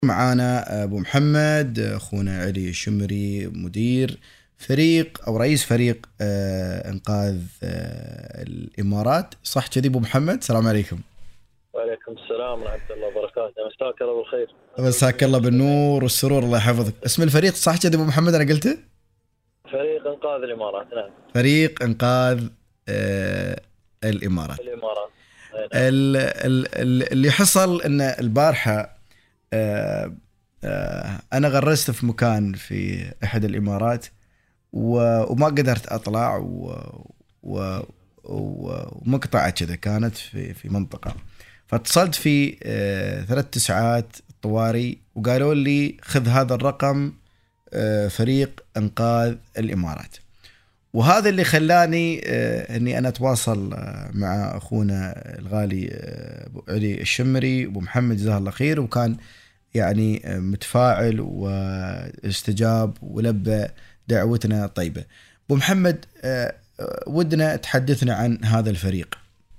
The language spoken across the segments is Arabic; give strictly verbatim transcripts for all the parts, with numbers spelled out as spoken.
معانا أبو محمد أخونا علي الشمري، مدير فريق أو رئيس فريق آه، إنقاذ آه، الإمارات. صح كذي أبو محمد؟ السلام عليكم. وعليكم السلام ورحمة الله وبركاته. مساك الله بالخير. مساك الله بالنور والسرور، الله يحفظك. اسم الفريق صح كذي أبو محمد أنا قلته؟ فريق إنقاذ الإمارات. نعم، فريق إنقاذ آه، الإمارات. الإمارات. نعم. ال- ال- ال- اللي حصل إن البارحة آه، آه، أنا غرست في مكان في إحدى الإمارات و- وما قدرت أطلع و... و... و... ومقطعة كذا كانت في في منطقة، فاتصلت في آه، ثلاث تسعات طواري وقالوا لي خذ هذا الرقم، آه، فريق إنقاذ الإمارات. وهذا اللي خلاني آه، اني انا اتواصل آه، مع اخونا الغالي آه، ابو علي الشمري وابو محمد جزاه الله خير، وكان يعني آه، متفاعل واستجاب ولبى دعوتنا طيبة. ابو محمد، آه، آه، ودنا تحدثنا عن هذا الفريق.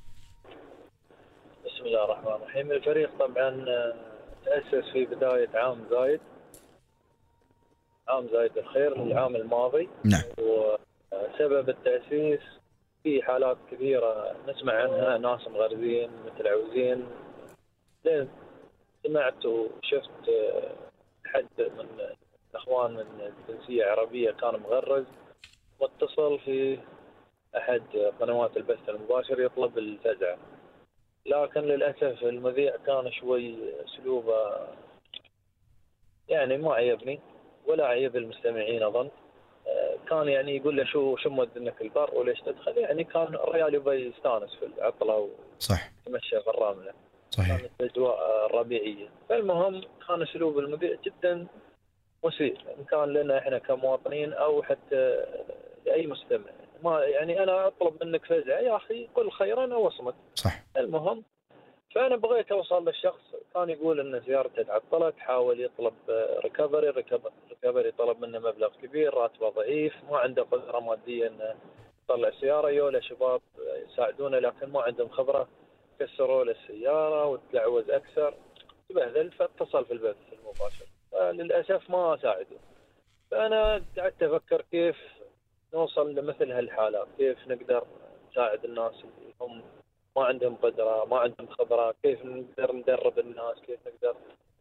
بسم الله الرحمن الرحيم. الفريق طبعا آه، تأسس في بداية عام زايد عام زايد الخير العام الماضي. نعم. وسبب التأسيس في حالات كثيرة نسمع عنها، ناس مغرزين متلعوزين. لين سمعت وشفت آه، حد من الأخوان من جنسية عربية كان مغرز واتصل في أحد قنوات البث المباشر يطلب الفزع، لكن للأسف المذيع كان شوي أسلوبه يعني ما عيبني ولا عيب المستمعين أظن. آه، كان يعني يقول له شو شو مودنك البر وليش تدخل، يعني كان الرجال يبي يستانس في العطلة صح. ويتمشى في الرملة. صحيح. كانت الأجواء الربيعية، فالمهم كان أسلوب المذيع جدا مسيء، إن كان لنا إحنا كمواطنين أو حتى لأي مستمع. ما يعني أنا أطلب منك فزع يا أخي، قل خيرا أو اصمت. صح. المهم، فأنا بغيت أوصل للشخص، كان يقول أن زيارته تعطلت، حاول يطلب ريكفري ريكفري طلب منه مبلغ كبير، راتبه ضعيف، ما عنده قدرة مادية أنه يطلع سيارة. يولا شباب يساعدونه لكن ما عندهم خبرة، كسروا له السيارة وتلعوز أكثر، تبهذل. فاتصل في البث المباشر، للأسف ما ساعدوا. فأنا قعدت أفكر كيف نوصل لمثل هالحالات، كيف نقدر نساعد الناس اللي هم ما عندهم قدرة ما عندهم خبرة، كيف نقدر ندرب الناس، كيف نقدر.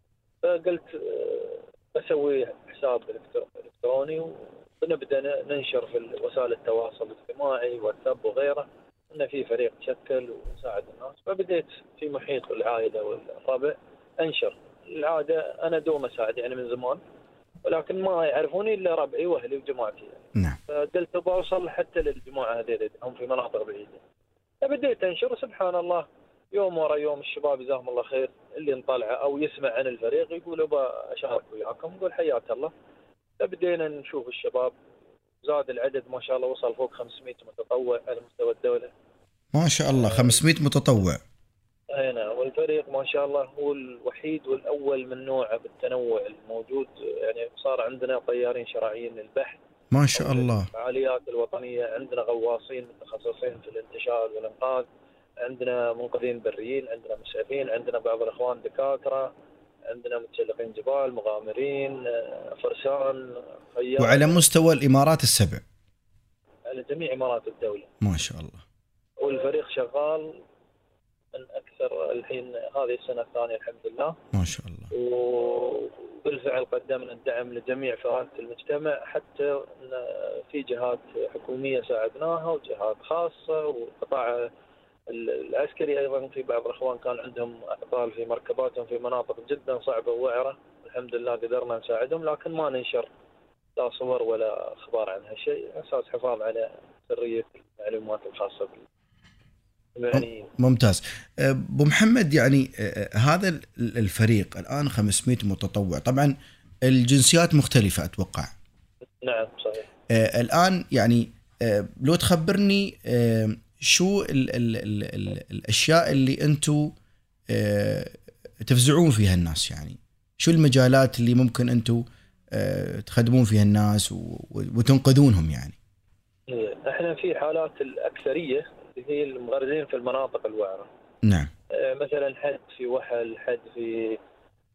فقلت آه، بسوي حساب إلكتروني ونبدأ ننشر في وسائل التواصل الاجتماعي واتساب وغيره أن في فريق تشكل ونساعد الناس. فبديت في محيط العائلة والربع أنشر. العادة أنا دوم أساعد يعني من زمان، ولكن ما يعرفوني إلا ربعي وأهلي وجماعتي يعني. نعم. فقلت بوصل حتى للجماعة هذول هم في مناطق بعيدة. فبديت أنشر، سبحان الله، يوم ورا يوم الشباب جزاهم الله خير اللي نطلع أو يسمع عن الفريق يقول أبا أشارك وياكم، نقول حياك الله. فبدينا نشوف الشباب، زاد العدد ما شاء الله، وصل فوق خمسمائة متطوع على مستوى الدولة. ما شاء الله خمسمائة متطوع. هنا والفريق ما شاء الله هو الوحيد والأول من نوعه بالتنوع الموجود. يعني صار عندنا طيارين شراعيين للبحث ما شاء الله. الفعاليات الوطنية، عندنا غواصين متخصصين في الانتشال والإنقاذ، عندنا منقذين بريين، عندنا مسعفين، عندنا بعض الإخوان دكاترة، عندنا متسلقين جبال، مغامرين، فرسان، خيال، وعلى مستوى الإمارات السبع. على جميع إمارات الدولة ما شاء الله. والفريق شغال من أكثر الحين هذه السنة الثانية الحمد لله. ما شاء الله. وبالفعل قدمنا الدعم لجميع فئات المجتمع، حتى في جهات حكومية ساعدناها وجهات خاصة وقطاع العسكري أيضا. في بعض الأخوان كان عندهم أعطال في مركباتهم في مناطق جدا صعبة ووعرة، الحمد لله قدرنا نساعدهم، لكن ما ننشر لا صور ولا أخبار عن هالشيء، أساس حفاظ على سرية المعلومات الخاصة بالمعنيين. ممتاز. أبو محمد، يعني هذا الفريق الآن خمسمائة متطوع، طبعا الجنسيات مختلفة أتوقع. نعم صحيح. الآن يعني لو تخبرني شو ال ال ال ال الأشياء اللي أنتوا تفزعون فيها الناس، يعني شو المجالات اللي ممكن أنتوا تخدمون فيها الناس وتنقذونهم يعني؟ احنا في حالات الأكثرية اللي هي المغرزين في المناطق الوعرة. نعم. مثلا حد في وحل، حد في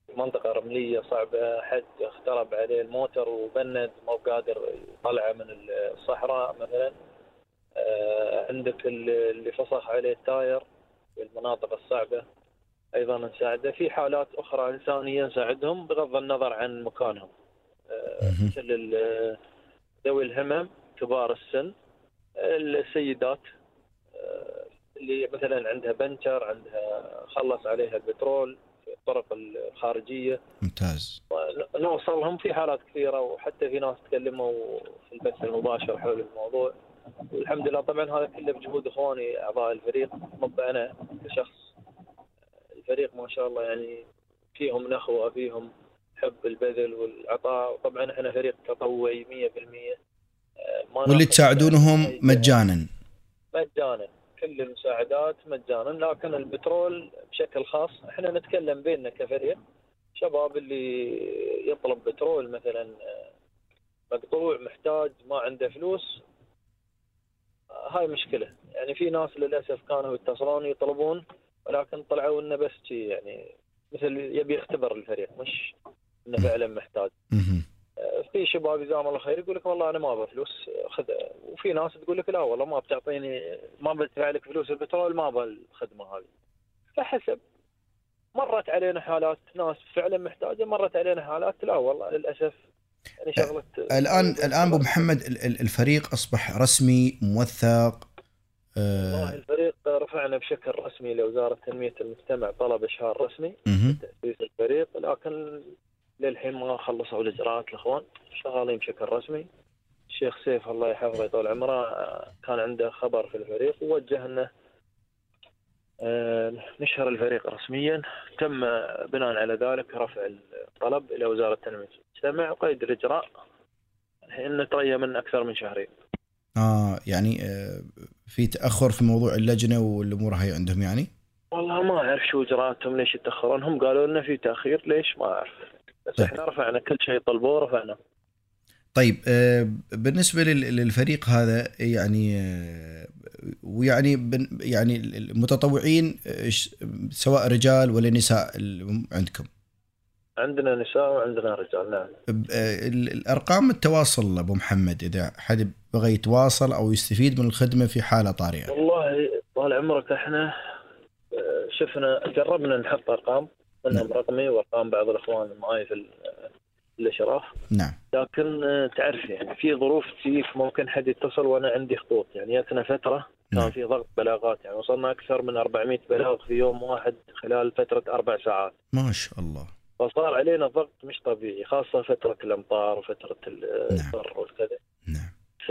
منطقة رملية صعبة، حد اخترب عليه الموتر وبند ما هو قادر يطلعه من الصحراء مثلا. عندك اللي فسخ عليه التاير في المناطق الصعبة أيضا نساعده. في حالات أخرى إنسانية نساعدهم بغض النظر عن مكانهم، مثل ذوي الهمم، كبار السن، السيدات اللي مثلا عندها بنشر، عندها خلص عليها البترول في الطرق الخارجية. ممتاز. نوصلهم في حالات كثيرة، وحتى في ناس تكلموا في البث المباشر حول الموضوع، والحمد لله. طبعا هذا كله بجهود اخواني اعضاء الفريق، مو انا كشخص. الفريق ما شاء الله يعني فيهم نخوة، فيهم حب البذل والعطاء. وطبعا احنا فريق تطوعي مية بالمية، واللي تساعدونهم مجانا مجانا كل المساعدات مجانا. لكن البترول بشكل خاص احنا نتكلم بيننا كفريق، شباب اللي يطلب بترول مثلا مقطوع محتاج ما عنده فلوس، هاي مشكلة. يعني في ناس للأسف كانوا يتصلون يطلبون، ولكن طلعوا لنا بس شيء يعني مثل يبي يختبر الفريق، مش انه فعلا محتاج. في شباب جزاهم الله خير يقول لك والله انا ما ابغى فلوس خذها، وفي ناس تقول لك لا والله ما بتعطيني، ما بدفع لك فلوس البترول، ما ابغى الخدمه هذه. فحسب، مرت علينا حالات ناس فعلا محتاجه، مرت علينا حالات لا والله للاسف يعني شغله. الان الان ابو محمد الفريق اصبح رسمي موثق. والله الفريق رفعنا بشكل رسمي لوزاره تنميه المجتمع طلب اشهار رسمي لتاسيس الفريق، لكن للحين ما خلصوا الاجراءات. الاخوان شغالين بشكل رسمي. الشيخ سيف الله يحفظه يطول عمره كان عنده خبر في الفريق ووجه انه نشهر الفريق رسميا. تم بناء على ذلك رفع الطلب الى وزاره تنميه المجتمع وقيد الاجراء، الحين نتريا من اكثر من شهرين. اه يعني آه في تاخر في موضوع اللجنه والامور هاي عندهم يعني؟ والله ما اعرف شو اجراءاتهم، ليش يتاخرون. هم قالوا لنا في تاخير، ليش ما اعرف. بس طيب. احنا رفعنا كل شيء طلبوه رفعنا. طيب آه بالنسبه للفريق هذا يعني آه ويعني يعني المتطوعين سواء رجال ولا نساء عندكم؟ عندنا نساء وعندنا رجال. نعم. الارقام التواصل ابو محمد اذا حد بغى يتواصل او يستفيد من الخدمه في حاله طارئه. والله طال عمرك احنا شفنا جربنا نحط ارقام منهم رقمي وارقام بعض الاخوان معاي في الاشراف. نعم. لكن تعرف يعني في ظروف تجيك، ممكن حد يتصل وانا عندي خطوط. يعني جاتنا فتره كان نعم. في ضغط بلاغات، يعني وصلنا اكثر من أربعمائة بلاغ في يوم واحد خلال فتره اربع ساعات. ما شاء الله. فصار علينا ضغط مش طبيعي، خاصه فتره الامطار وفتره الضر نعم. والكذا. نعم.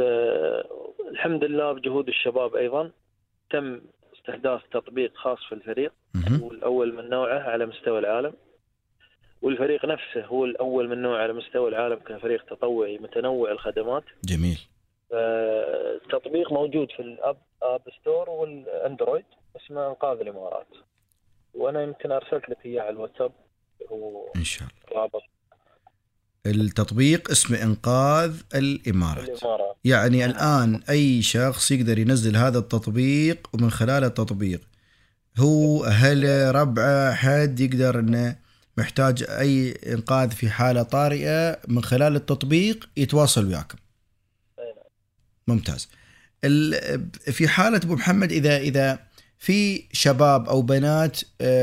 فالحمد لله بجهود الشباب ايضا تم استحداث تطبيق خاص في الفريق، هو الأول من نوعه على مستوى العالم، والفريق نفسه هو الأول من نوعه على مستوى العالم كفريق تطوعي متنوع الخدمات. جميل. التطبيق موجود في الأب أب ستور والأندرويد، اسمه إنقاذ الإمارات، وأنا يمكن أرسلت لك إياه على الواتساب. هو إن شاء الله رابط. التطبيق اسمه إنقاذ الإمارات. الإمارات. يعني الآن أي شخص يقدر ينزل هذا التطبيق، ومن خلال التطبيق هو أهله ربعه حد يقدر إنه محتاج أي إنقاذ في حالة طارئة من خلال التطبيق يتواصل وياكم. ممتاز. في حالة أبو محمد إذا إذا في شباب أو بنات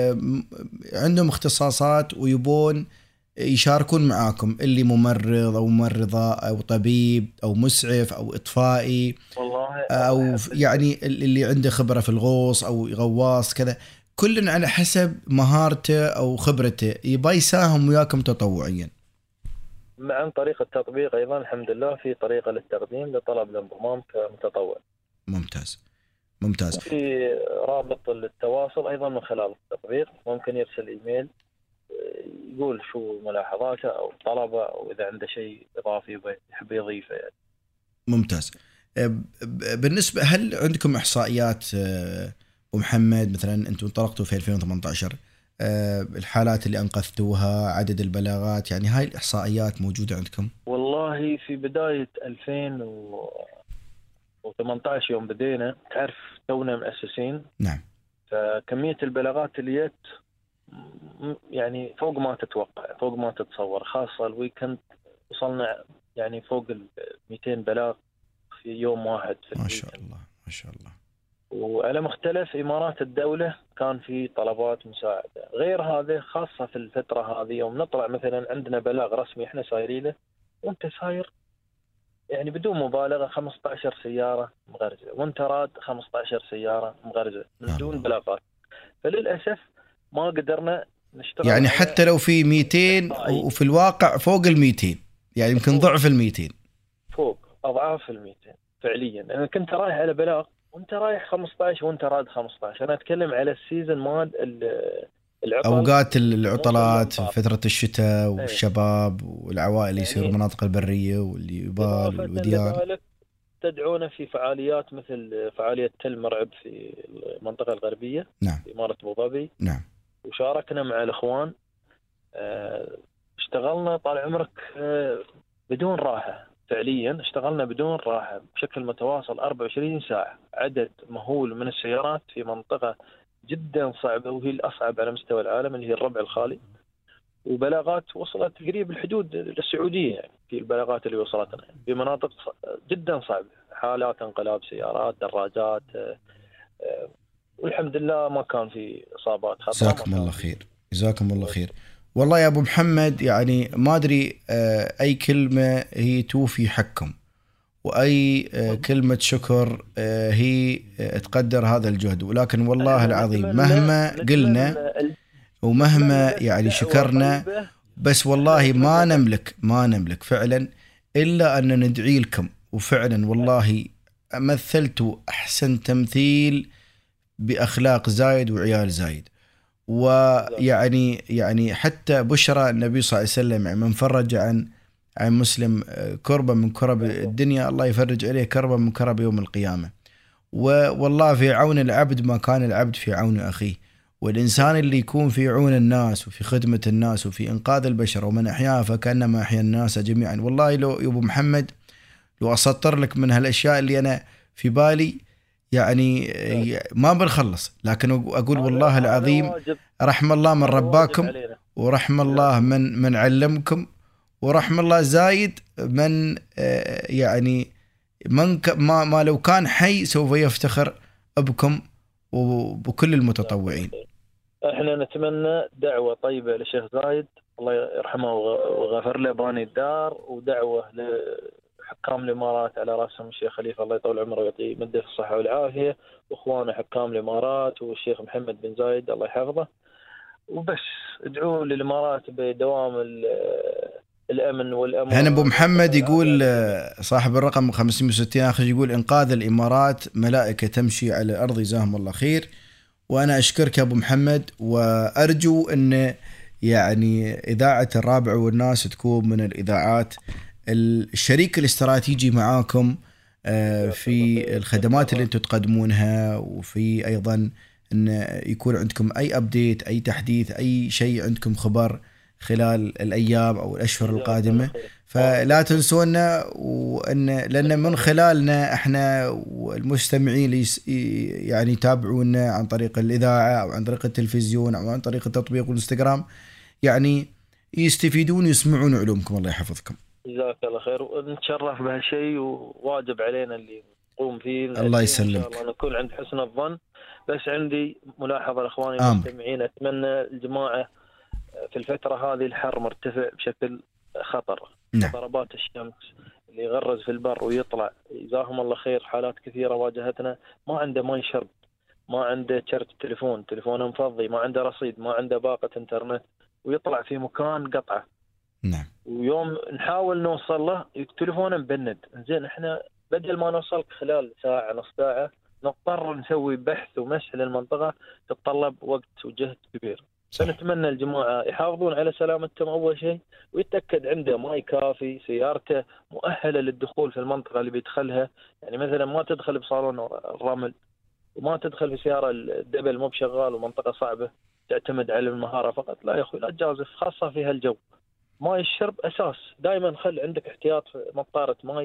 عندهم اختصاصات ويبون يشاركون معاكم، اللي ممرض أو ممرضة أو طبيب أو مسعف أو إطفائي أو يعني اللي عنده خبرة في الغوص أو غواص كذا، كل على حسب مهارته أو خبرته يبغى يساهم وياكم تطوعيا. عن طريق التطبيق أيضا الحمد لله في طريقة للتقديم لطلب الانضمام كمتطوع. ممتاز ممتاز. في رابط للتواصل أيضا من خلال التطبيق، ممكن يرسل إيميل يقول شو ملاحظاته أو طلبه أو إذا عنده شيء إضافي يحب يضيفه يعني. ممتاز. بالنسبة هل عندكم إحصائيات ومحمد مثلا أنتم انطلقتوا في ألفين وثمانية عشر الحالات اللي أنقذتوها، عدد البلاغات، يعني هاي الإحصائيات موجودة عندكم؟ والله في بداية ألفين وثمانية عشر يوم بدينا، تعرف تونا مؤسسين. نعم. فكمية البلاغات اللي جت يعني فوق ما تتوقع، فوق ما تتصور، خاصة الويكند وصلنا يعني فوق ال مئتين بلاغ في يوم واحد في ما شاء الويكند. الله ما شاء الله. وعلى مختلف إمارات الدولة كان في طلبات مساعدة. غير هذا خاصة في الفترة هذه يوم نطلع مثلا عندنا بلاغ رسمي احنا سايرينه، وانت ساير يعني بدون مبالغة خمسة عشر سيارة مغرزة، وانت راد خمسة عشر سيارة مغرزة من دون بلاغات. فللأسف ما قدرنا نشتغل يعني على حتى لو في مئتين وفي الواقع فوق ال مئتين، يعني يمكن ضعف ال مئتين، فوق أضعاف ال مئتين فعليا. أنا كنت رايح على بلاغ وانت رايح خمسة عشر وانت راد خمسة عشر. انا اتكلم على السيزون مال العطل، اوقات العطلات، فتره الشتاء والشباب والعوائل يصيروا يعني مناطق البريه واللي يبال والوديان. لذلك تدعونا في فعاليات مثل فعاليه تل مرعب في المنطقه الغربيه، نعم، في اماره ابو ظبي. نعم. وشاركنا مع الاخوان، اشتغلنا طال عمرك بدون راحه، فعليا اشتغلنا بدون راحه بشكل متواصل أربعة وعشرين ساعه، عدد مهول من السيارات في منطقه جدا صعبه وهي الاصعب على مستوى العالم اللي هي الربع الخالي، وبلاغات وصلت قريب الحدود السعوديه. يعني في البلاغات اللي وصلتنا في مناطق جدا صعبه، حالات انقلاب سيارات، دراجات، والحمد لله ما كان في اصابات خطره. جزاكم الله خير، جزاكم الله خير. والله يا ابو محمد يعني ما ادري اي كلمه هي توفي حقكم، واي كلمه شكر هي تقدر هذا الجهد، ولكن والله العظيم مهما قلنا ومهما يعني شكرنا، بس والله ما نملك ما نملك فعلا إلا أن ندعي لكم. وفعلا والله مثلتوا أحسن تمثيل بأخلاق زايد وعيال زايد. ويعني يعني حتى بشرى النبي صلى الله عليه وسلم، يعني من فرج عن عن مسلم كربة من كرب الدنيا الله يفرج عليه كربة من كرب يوم القيامة. والله في عون العبد ما كان العبد في عون أخيه. والإنسان اللي يكون في عون الناس وفي خدمة الناس وفي إنقاذ البشر ومن أحياها فكأنما أحيا الناس جميعا. والله لو يا أبو محمد لو أسطر لك من هالأشياء اللي أنا في بالي يعني ما بنخلص، لكن أقول والله العظيم رحم الله من رباكم، ورحم الله من من علمكم، ورحم الله زايد من يعني من ما ما لو كان حي سوف يفتخر بكم وبكل المتطوعين. احنا نتمنى دعوة طيبة للشيخ زايد الله يرحمه وغفر له باني الدار، ودعوة لحكام الامارات على راسهم الشيخ خليفة الله يطول عمره ويعطيه مده الصحة والعافية، واخوانه حكام الامارات والشيخ محمد بن زايد الله يحفظه. وبس ادعوا للامارات بدوام الامن والامان. هنا ابو محمد يقول صاحب الرقم خمسمائة وستين اخر يقول انقاذ الامارات ملائكه تمشي على الارض، جزاهم الله خير. وانا اشكرك يا ابو محمد، وارجو ان يعني اذاعه الرابع والناس تكون من الاذاعات الشريك الاستراتيجي معاكم في الخدمات اللي انتم تقدمونها، وفي ايضا ان يكون عندكم اي ابديت اي تحديث اي شيء عندكم خبر خلال الأيام أو الأشهر القادمة، فلا تنسونا. وأن لأن من خلالنا إحنا والمستمعين يعني يتابعونا عن طريق الإذاعة أو عن طريق التلفزيون أو عن طريق التطبيق والإنستغرام، يعني يستفيدون يسمعون علومكم. الله يحفظكم. جزاك الله خير، ونتشرف بهالشيء وواجب علينا اللي نقوم فيه. الله يسلمك. إن شاء الله نكون عند حسن الظن. بس عندي ملاحظة لإخواني المستمعين، أتمنى الجماعة في الفترة هذه الحر مرتفع بشكل خطر. نعم. ضربات الشمس اللي يغرز في البر ويطلع، جزاهم الله خير. حالات كثيرة واجهتنا ما عنده ماء شرب، ما عنده شرط تليفون، تليفونه مفضي، ما عنده رصيد، ما عنده باقة انترنت، ويطلع في مكان قطعة. نعم. ويوم نحاول نوصل له تليفونه مبند. زين احنا بدل ما نوصلك خلال ساعة نص ساعة نضطر نسوي بحث ومسح للمنطقة، تتطلب وقت وجهد كبير. فنتمنى الجماعة يحافظون على سلامتهم أول شيء، ويتأكد عنده ماء كافي، سيارته مؤهلة للدخول في المنطقة اللي بيدخلها. يعني مثلا ما تدخل بصالون الرمل، وما تدخل في سيارة الدبل مو بشغال ومنطقة صعبة تعتمد على المهارة فقط. لا يا أخوي، لا تجازف، خاصة في هالجو. ماء الشرب أساس، دائما خل عندك احتياط في مطارة ماء،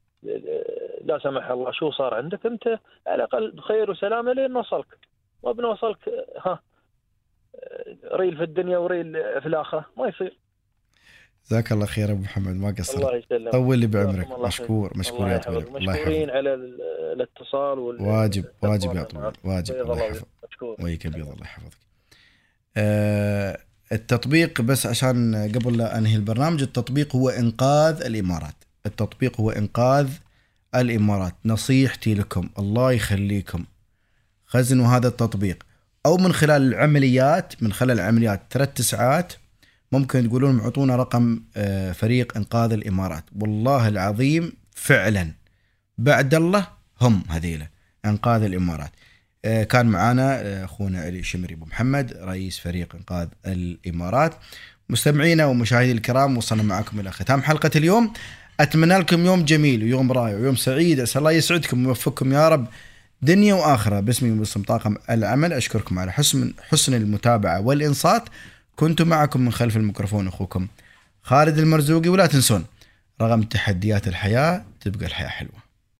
لا سمح الله شو صار عندك، أنت على الأقل بخير وسلامة لين نوصلك. ما بنوصلك ها ريل في الدنيا وريل في الآخرة ما يصير. جزاك الله خير ابو محمد، ما قصرت. الله يسلمك. طول لي بعمرك. مشكور مشكور يا طويل. الله مشكورين على الاتصال وال واجب واجب يا طويل، واجب. الله يحفظك ويك بيض. الله يحفظك. أه التطبيق بس عشان قبل لا انهي البرنامج، التطبيق هو انقاذ الامارات. التطبيق هو انقاذ الامارات. نصيحتي لكم الله يخليكم خزنوا هذا التطبيق، او من خلال العمليات، من خلال العمليات ثلاث ساعات ممكن تقولون معطونا رقم فريق انقاذ الامارات. والله العظيم فعلا بعد الله هم هذيله انقاذ الامارات. كان معانا اخونا علي شمري ابو محمد رئيس فريق انقاذ الامارات. مستمعينا ومشاهدي الكرام، وصلنا معكم الى ختام حلقه اليوم. اتمنى لكم يوم جميل ويوم رائع ويوم سعيد. اسال الله يسعدكم ويوفقكم يا رب دنيا واخره. باسمي وباسم طاقم العمل اشكركم على حسن حسن المتابعه والانصات. كنت معكم من خلف الميكروفون اخوكم خالد المرزوقي. ولا تنسون رغم تحديات الحياه تبقى الحياه حلوه.